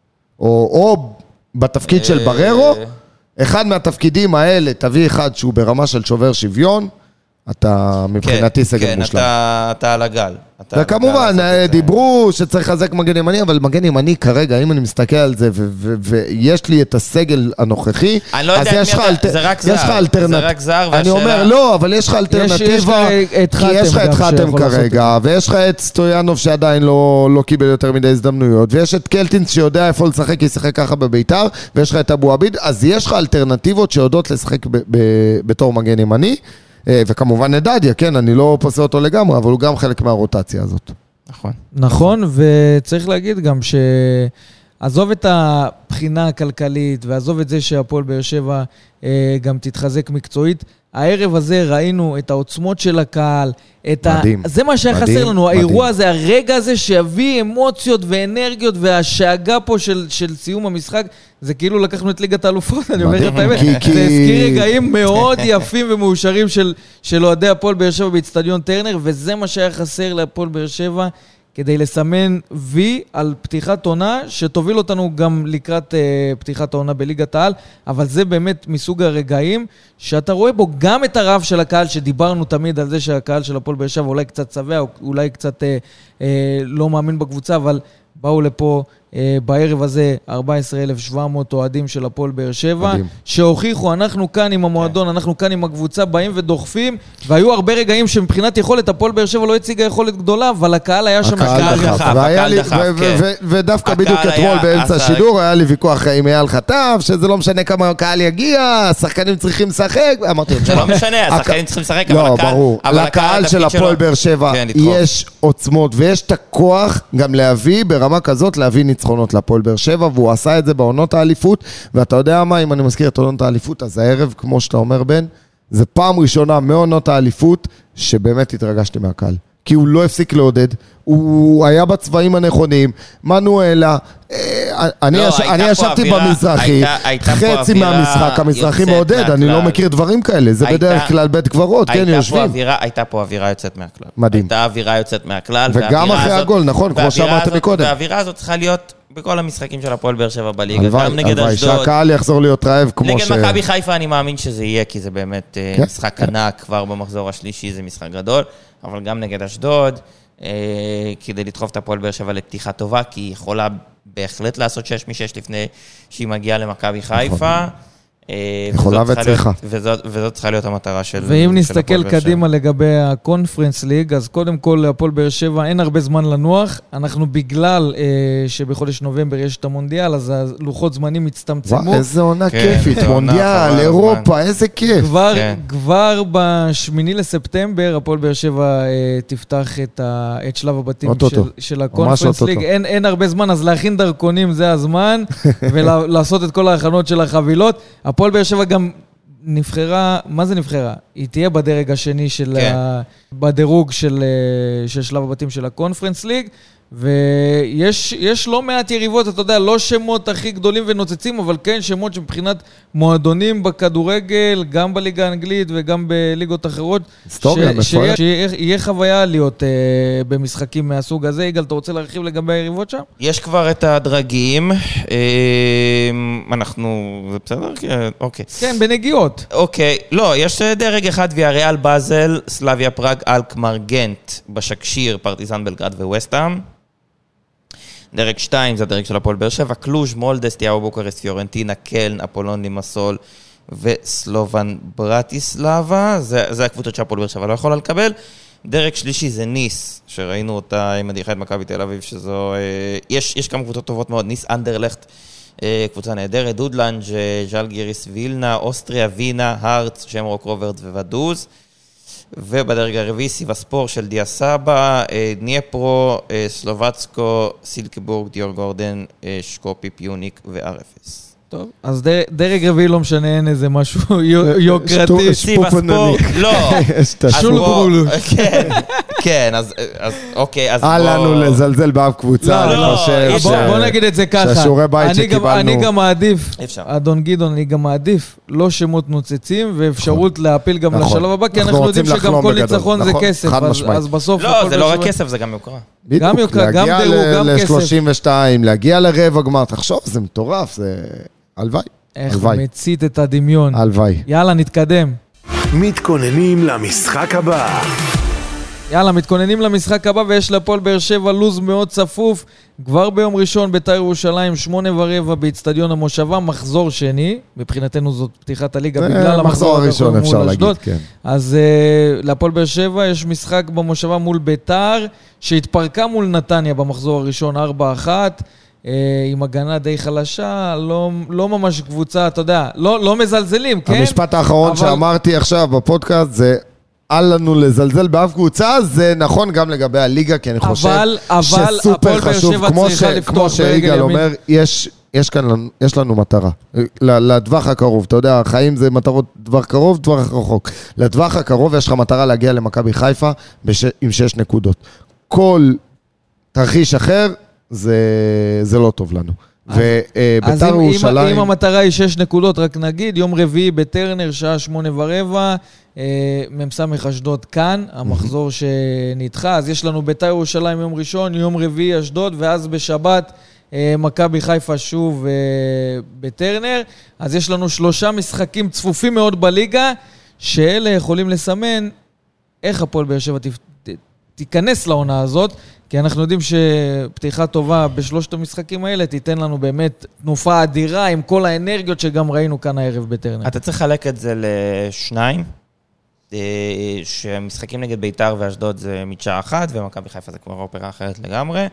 או בתפקיד של בררו, אחד מהתפקידים האלה, תביא אחד שהוא ברמה של שובר שוויון, אתה מבחינתי סגל מושלם. כן, אתה על הגל. וכמובן, דיברו שצריך לחזק מגן ימני, אבל מגן ימני כרגע, אם אני מסתכל על זה, ויש לי את הסגל הנוכחי, אני לא יודע זה רק זר, אני אומר, לא, אבל יש לך אלטרנטיבה, כי יש לך את חתם כרגע, ויש לך את סטויאנוב שעדיין לא קיבל יותר מדי הזדמנויות, ויש את קלטינס שיודע איפה לשחק, כי ישחק ככה בביתר, ויש לך את אבו עביד, אז יש לך אלטרנטיבות שיודעות לשחק בתור מגן ימני, וכמובן נדדיה, כן, אני לא פוסע אותו לגמרי, אבל הוא גם חלק מהרוטציה הזאת. נכון, וצריך להגיד גם שעזוב את הבחינה הכלכלית, ועזוב את זה שהפועל באר שבע גם תתחזק מקצועית, הערב הזה ראינו את העוצמות של הקהל, זה מה שהיה חסר לנו, האירוע הזה, הרגע הזה שיביא אמוציות ואנרגיות, והשאגה פה של סיום המשחק, זה כאילו לקחנו את ליגת האלופות, אני אומר את האמת, זה הזכיר רגעים מאוד יפים ומאושרים של אוהדי הפועל באר שבע באצטדיון טרנר, וזה מה שהיה חסר להפועל באר שבע, כדי לסמן וי על פתיחת עונה, שתוביל אותנו גם לקראת פתיחת העונה בליגת העל, אבל זה באמת מסוג הרגעים, שאתה רואה בו גם את הרב של הקהל, שדיברנו תמיד על זה שהקהל של הפועל באר שבע אולי קצת צבע, אולי קצת לא מאמין בקבוצה, אבל באו לפה בערב הזה 14,700 אוהדים של הפועל באר שבע, שהוכיחו, אנחנו כאן עם המועדון, אנחנו כאן עם הקבוצה, באים ודוחפים, והיו הרבה רגעים שמבחינת יכולת, הפועל באר שבע לא הציגה יכולת גדולה, אבל הקהל היה שם הקהל דחף, ודווקא בדיוק אתמול באמצע השידור, היה לי ויכוח עם אייל חטב, שזה לא משנה כמה הקהל יגיע, השחקנים צריכים לשחק, אמרתי, זה לא משנה, השחקנים צריכים לשחק, לא, ברור, לקהל של הפועל באר שבע יש עוצמות, ויש את הכוח גם להביא ברמה כזאת, להביא ניצחון. ניצחונות להפועל באר שבע, והוא עשה את זה בעונות האליפות, ואתה יודע מה, אם אני מזכיר את עונות האליפות, אז הערב, כמו שאתה אומר בן, זה פעם ראשונה מעונות האליפות, שבאמת התרגשתי מהקהל. כי הוא לא הפסיק לעודד, הוא היה בצבעים הנכונים, מנואלה, אני ישבתי במזרחי, חצי מהמשחק, המזרחי מעודד, אני לא מכיר דברים כאלה, זה בדרך כלל בית קברות, כן, יושבים. הייתה פה אווירה יוצאת מהכלל. מדהים. הייתה אווירה יוצאת מהכלל. וגם אחרי הגול, נכון, כמו שאמרתם מקודם. והאווירה הזאת צריכה להיות בכל המשחקים של הפועל באר שבע בליגה, גם נגד הלוואי, אשדוד. שהקהל יחזור להיות רעב כמו ש... נגד מכבי חיפה אני מאמין שזה יהיה, כי זה באמת משחק ענק, כבר במחזור השלישי זה משחק גדול, אבל גם נגד אשדוד, כדי לדחוף את הפועל באר שבע לפתיחה טובה, כי היא יכולה בהחלט לעשות 6-6 לפני שהיא מגיעה למכבי חיפה. יכולה וצריכה. וזאת צריכה להיות המטרה של... ואם נסתכל קדימה לגבי הקונפרנס ליג, אז קודם כל להפועל באר שבע אין הרבה זמן לנוח, אנחנו בגלל שבחודש נובמבר יש את המונדיאל, אז הלוחות זמנים הצטמצמו. וואו, איזה עונה כיפית, מונדיאל, אירופה, איזה כיף. כבר בשמיני לספטמבר, הפועל באר שבע תפתח את שלב הבתים של הקונפרנס ליג. אין הרבה זמן, אז להכין דרכונים זה הזמן, ולעשות את כל ההכנות של החבילות. הפועל באר שבע גם נבחרה, מה זה נבחרה? היא תהיה בדרג השני של בדירוג של שלב הבתים של הקונפרנס ליג, ויש לא מעט יריבות, אתה יודע, לא שמות הכי גדולים ונוצצים, אבל כן שמות שמבחינת מועדונים בכדורגל, גם בליגה האנגלית וגם בליגות אחרות, שיהיה חוויה להיות במשחקים מהסוג הזה. יגאל, אתה רוצה להרחיב לגבי היריבות שם? יש כבר את הדרגים, זה בסדר? אוקיי. כן, בנגיעות. אוקיי, לא, יש דרג אחד, ויאריאל באזל, סלאביה פראג, אלקמר גנט, בשקשיר, פרטיזן בלגרד וווסטהאם. דרג 2 זה הדרג של הפועל באר שבע, קלוז', מולדה, סטיאאו בוקרשט, פיורנטינה, קלן, אפולון לימסול וסלובן ברטיסלבה. זה הקבוצות שהפועל באר שבע לא יכולה לקבל. דרג שלישי זה ניס, שראינו אותה עם מדיחה את מכבי תל אביב, שזו... יש כמה קבוצות טובות מאוד, ניס אנדרלכט, קבוצה נהדרת, דודלנג', ז'לגיריס וילנה, אוסטריה, וינה, הרץ, שמרוק רוברט ווודוז. ובדרג הרביעי סיבספור של דיה סבא, דניפרו, סלובצקו, סילקבורג, דיור גורדן, שקופי, פיוניק וארפס. טוב, אז דרג רביעי לא משנה, אין איזה משהו יוקרתי. סיבספור, לא. שולבולו. כן, אז אוקיי, אז לנו לזלזל באף קבוצה, אני חושב בוא נגיד את זה ככה. שהשיעורי בית שקיבלנו. אני גם מעדיף, אדון גדעון, אני גם מעדיף לא שמות נוצצים, ואפשרות להפיל גם לשלב הבא, כי אנחנו יודעים שגם כל ניצחון זה כסף, אז בסוף... לא, זה לא רק כסף, זה גם יוקרה. גם יוקרה, גם דירוג, גם כסף. ל-32, להגיע לרבע גמר, תחשוב, זה מטורף, זה... הלוואי. איך הוא מצית את הדמיון. הלוואי. יאללה, נתקדם. מתכוננים למשחק הבא. יאללה, מתכוננים למשחק הבא, ויש לפועל באר שבע לוז מאוד צפוף. כבר ביום ראשון בית"ר ירושלים, 8:15 באצטדיון המושבה, מחזור שני. מבחינתנו זאת פתיחת הליגה, בגלל המחזור הראשון אפשר להגיד, כן. אז לפועל באר שבע יש משחק במושבה מול בית"ר, שהתפרקה מול נתניה במחזור הראשון 4-1. עם הגנה די חלשה, לא ממש קבוצה, אתה יודע, לא מזלזלים, כן? המשפט האחרון שאמרתי עכשיו בפודקאסט זה, אל לנו לזלזל באף קבוצה, זה נכון גם לגבי הליגה, כי אני חושב שסופר חשוב, כמו שיגאל אומר, יש לנו מטרה, לטווח הקרוב, אתה יודע, החיים זה מטרות טווח קרוב, טווח רחוק. לטווח הקרוב יש לך מטרה להגיע למכבי חיפה עם 6 נקודות. כל תרחיש אחר, זה לא טוב לנו. ובית"ר ירושלים... אם המטרה היא 6 נקודות, רק נגיד, יום רביעי בטרנר, שעה 8:15, ממסמך אשדוד כאן, המחזור שנדחה, אז יש לנו בית"ר ירושלים יום ראשון, יום רביעי אשדוד, ואז בשבת מכבי חיפה שוב בטרנר, אז יש לנו 3 משחקים צפופים מאוד בליגה, שאלה יכולים לסמן איך הפועל באר שבע תיכנס לעונה הזאת, כי אנחנו יודעים שפתיחה טובה בשלושת המשחקים האלה תיתן לנו באמת תנופה אדירה עם כל האנרגיות שגם ראינו כאן הערב בטרנר. אתה צריך לחלק את זה לשניים, שמשחקים נגד בית"ר ואשדוד זה משעה 1, ומכבי חיפה זה כבר אופרה אחרת לגמרי.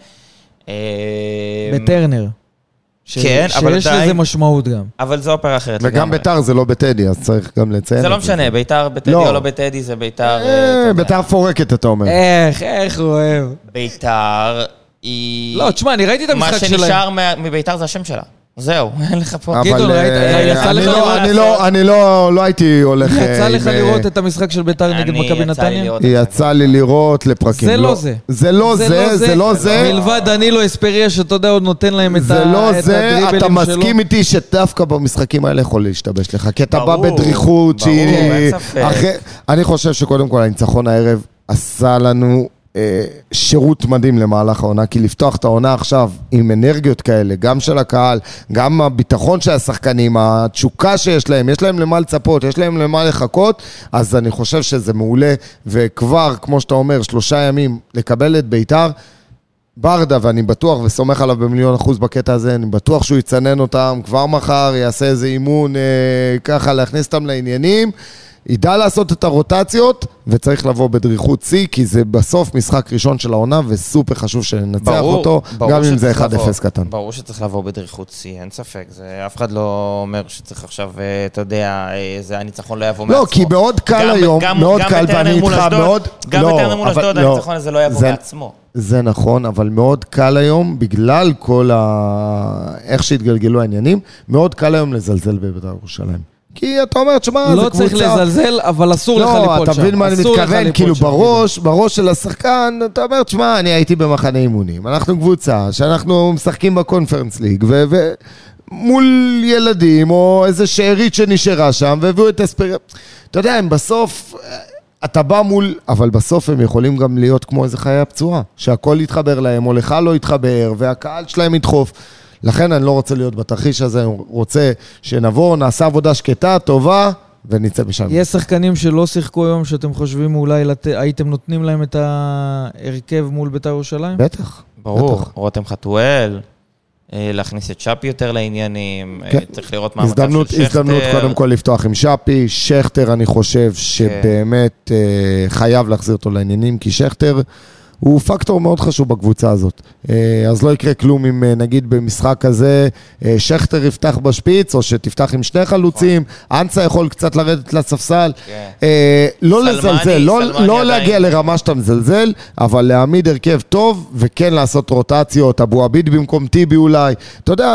בטרנר. כן, אבל שיש לזה משמעות גם. אבל זה אופרה אחרת לגמרי. וגם בית"ר זה לא בטדי, אז צריך גם לציין. זה לא משנה, בית"ר בטדי או לא בטדי, זה בית"ר... בית"ר פורקת, אתה אומר. איך הוא אוהב. בית"ר היא... לא, תשמע, אני ראיתי את המשחק שלהם. מה שנשאר מביתר זה השם שלה. זהו, אין לך פה. גדעון, יצא לך לראות... אני לא הייתי הולך... יצא לך לראות את המשחק של ביתר נגד מכבי נתניה? יצא לי לראות לפרקים. זה לא זה. זה לא זה. מלבד דנילו אספריה, שאתה יודע, עוד נותן להם את הדריבלים שלו. זה לא זה, אתה מסכים איתי שדווקא במשחקים האלה יכול להשתבש לך, כי אתה בא בדריכות שהיא... אני חושב שקודם כל הניצחון הערב עשה לנו... שירות מדהים למהלך העונה, כי לפתוח את העונה עכשיו עם אנרגיות כאלה, גם של הקהל, גם הביטחון של השחקנים, התשוקה שיש להם, יש להם למה לצפות, יש להם למה לחכות, אז אני חושב שזה מעולה, וכבר, כמו שאתה אומר, 3 ימים לקבל את ביתר, ברדה, ואני בטוח וסומך עליו ב1,000,000% בקטע הזה, אני בטוח שהוא יצנן אותם, כבר מחר יעשה איזה אימון, ככה להכניס אותם לעניינים, ידע לעשות את הרוטציות, וצריך לבוא בדריכות C, כי זה בסוף משחק ראשון של העונה, וסופר חשוב שננצח אותו, גם אם זה 1-0 קטן. ברור שצריך לבוא בדריכות C, אין ספק. אף אחד לא אומר שצריך עכשיו, אתה יודע, זה הניצחון לא יבוא מעצמו. לא, כי מאוד קל היום, מאוד קל, ואני איתך מאוד... גם בטרנר מול אשדוד, הניצחון הזה לא יבוא מעצמו. זה נכון, אבל מאוד קל היום, בגלל כל איך שהתגלגלו העניינים, מאוד קל היום לזלזל בבית"ר ירושלים. כי אתה אומר, תשמע, זה קבוצה... לא צריך לזלזל, אבל אסור לך ליפול שם. לא, אתה מבין מה אני מתכוון, כאילו בראש של השחקן, אתה אומר, תשמע, אני הייתי במחנה אימונים, אנחנו קבוצה, שאנחנו משחקים בקונפרנס ליג, ומול ילדים, או איזה שארית שנשארה שם, והביאו את אספריה. אתה יודע, הם בסוף... אתה בא מול, אבל בסוף הם יכולים גם להיות כמו איזה חיי הפצועה, שהכל יתחבר להם, או לך לא יתחבר, והקהל שלהם ידחוף. לכן אני לא רוצה להיות בתרחיש הזה, אני רוצה שנבוא, נעשה עבודה שקטה, טובה, ונצא משם. יש שחקנים שלא שיחקו היום, שאתם חושבים אולי הייתם נותנים להם את ההרכב מול בית"ר ירושלים? בטח. ברור, רותם חתואל, להכניס את שפי יותר לעניינים, צריך לראות מה המצב של שכטר. הזדמנות קודם כל לפתוח עם שפי, שכטר אני חושב שבאמת חייב להחזיר אותו לעניינים, כי שכטר הוא פקטור מאוד חשוב בקבוצה הזאת. אז לא יקרה כלום אם נגיד במשחק הזה שכטר יפתח בשפיץ, או שתפתח עם 2 חלוצים, אנסה יכול קצת לרדת לספסל. לא לזלזל, לא להגיע לרמה שאתה מזלזל, אבל להעמיד הרכב טוב, וכן לעשות רוטציות, אבו עביד במקום טיבי אולי. אתה יודע,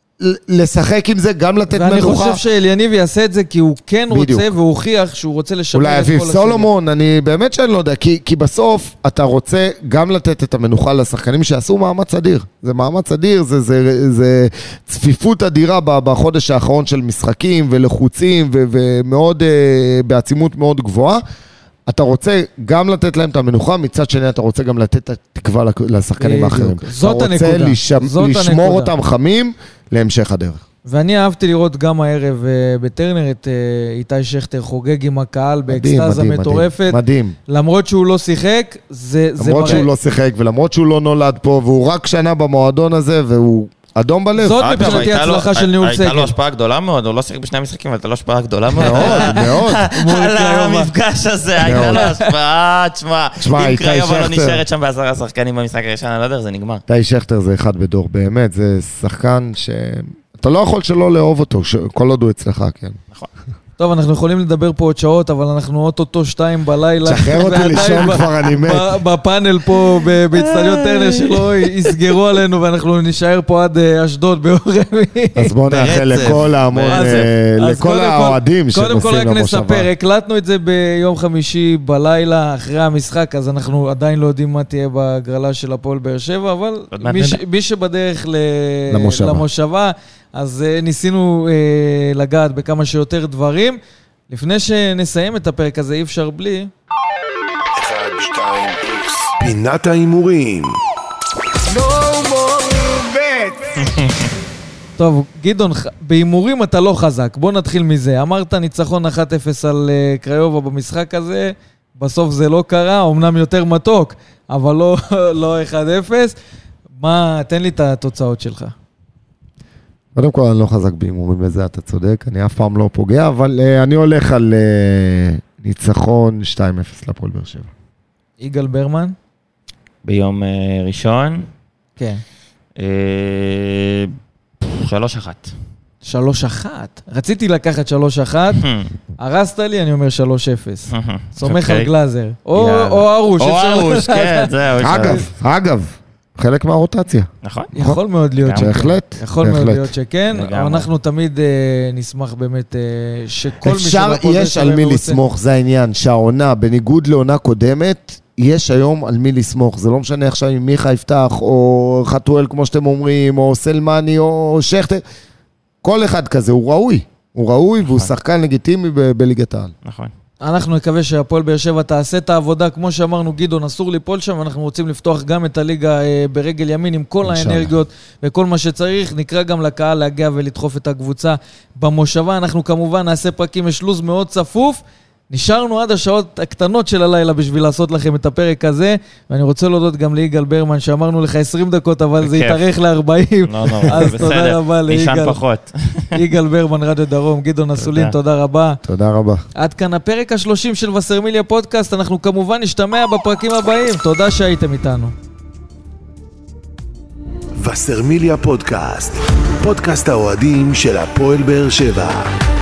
לשחק עם זה, גם לתת מנוחה. ואני חושב שאליניב יעשה את זה כי הוא כן רוצה, והוא הוכיח שהוא רוצה לשמר את כל אולי אביב סולומון, אני באמת שאני לא יודע, כי בסוף אתה רוצה גם לתת את המנוחה לשחקנים שעשו מאמץ אדיר. זה מאמץ אדיר, זה צפיפות אדירה בחודש האחרון של משחקים ולחוצים, ומאוד, בעצימות מאוד גבוהה. אתה רוצה גם לתת להם את המנוחה, מצד שני אתה רוצה גם לתת את התקווה לשחקנים האחרים. זאת הנקודה. אתה רוצה לשמור אותם חמים להמשך הדרך. ואני אהבתי לראות גם הערב בטרנר את איתי שכטר חוגג עם הקהל באקסטאזה מטורפת. מדהים. למרות שהוא לא שיחק, זה למרות שהוא לא שיחק ולמרות שהוא לא נולד פה, והוא רק שנה במועדון הזה, והוא... אדום בלב. זאת מבחינתי הצלחה של ניהול סגל. הייתה לו השפעה גדולה מאוד, הוא לא שיחק בשני המשחקים, אבל הייתה לו השפעה גדולה מאוד. מאוד. על המפגש הזה, הייתה לו השפעה, תשמע, אם קריובה לא נשארת שם ב10 השחקנים במשחק הראשון, אני לא יודע, זה נגמר. איתי שכטר זה אחד בדור, באמת, זה שחקן שאתה לא יכול שלא לאהוב אותו, כל עוד הוא אצלך, כן. נכון. טוב, אנחנו יכולים לדבר פה עוד שעות, אבל אנחנו אוטוטו 2 בלילה. שחרר אותי לישון כבר, אני מת. בפאנל פה באצטדיון טרנר שלו יסגרו עלינו, ואנחנו נשאר פה עד אשדוד ביום רביעי. אז בואו נאחל לכל ההמון, לכל האוהדים שנוסעים למושבה. קודם כל רק נספר, הקלטנו את זה ביום חמישי בלילה אחרי המשחק, אז אנחנו עדיין לא יודעים מה תהיה בהגרלה של הפועל באר שבע, אבל מי שבדרך למושבה, אז ניסינו לגעת בכמה שיותר דברים. לפני שנסיים את הפרק הזה, אי אפשר בלי... 1, 2, X פינת האימורים. טוב, גדעון, באימורים אתה לא חזק. בוא נתחיל מזה. אמרת ניצחון 1-0 על קריובה במשחק הזה. בסוף זה לא קרה, אמנם יותר מתוק, אבל לא 1-0. תן לי את התוצאות שלך. קודם כל אני לא חזק באימורים לזה, אתה צודק, אני אף פעם לא פוגע, אבל אני הולך על ניצחון 2-0 לפועל באר שבע. יגאל ברמן? ביום ראשון? כן. 3-1. 3-1? רציתי לקחת 3-1, הרסת לי, אני אומר 3-0. סומך על גלאזר. או ארוש. או ארוש, כן, זהו. אגב, חלק מהרוטציה. נכון. יכול מאוד להיות שכן. בהחלט. יכול מאוד להיות שכן, אבל אנחנו תמיד נשמח באמת שכל מי יש על מי לסמוך, זה העניין, שהעונה, בניגוד לעונה קודמת, יש היום על מי לסמוך. זה לא משנה עכשיו אם מיכה יפתח, או חתואל כמו שאתם אומרים, או סלמני, או שכטר. כל אחד כזה, הוא ראוי, והוא שחקן לגיטימי בליגת העל. נכון. אנחנו נקווה שהפועל באר שבע תעשה את העבודה, כמו שאמרנו גדעון, אסור ליפול שם, אנחנו רוצים לפתוח גם את הליגה ברגל ימין עם כל האנרגיות וכל מה שצריך, נקרא גם לקהל להגיע ולדחוף את הקבוצה במושבה, אנחנו כמובן נעשה פרקים, יש לוז מאוד צפוף, נשארנו עד השעות הקטנות של הלילה בשביל לעשות לכם את הפרק הזה, ואני רוצה להודות גם ליגאל ברמן, שאמרנו לך 20 דקות, אבל זה יתארך ל-40. אז תודה רבה ליגאל. פחות. ליגאל ברמן, רדיו דרום, גדעון אסולין, תודה רבה. תודה רבה. עד כאן הפרק ה-30 של וסרמיליה פודקאסט, אנחנו כמובן נשתמע בפרקים הבאים. תודה שהייתם איתנו. וסרמיליה פודקאסט, פודקאסט האוהדים של הפועל באר שבע.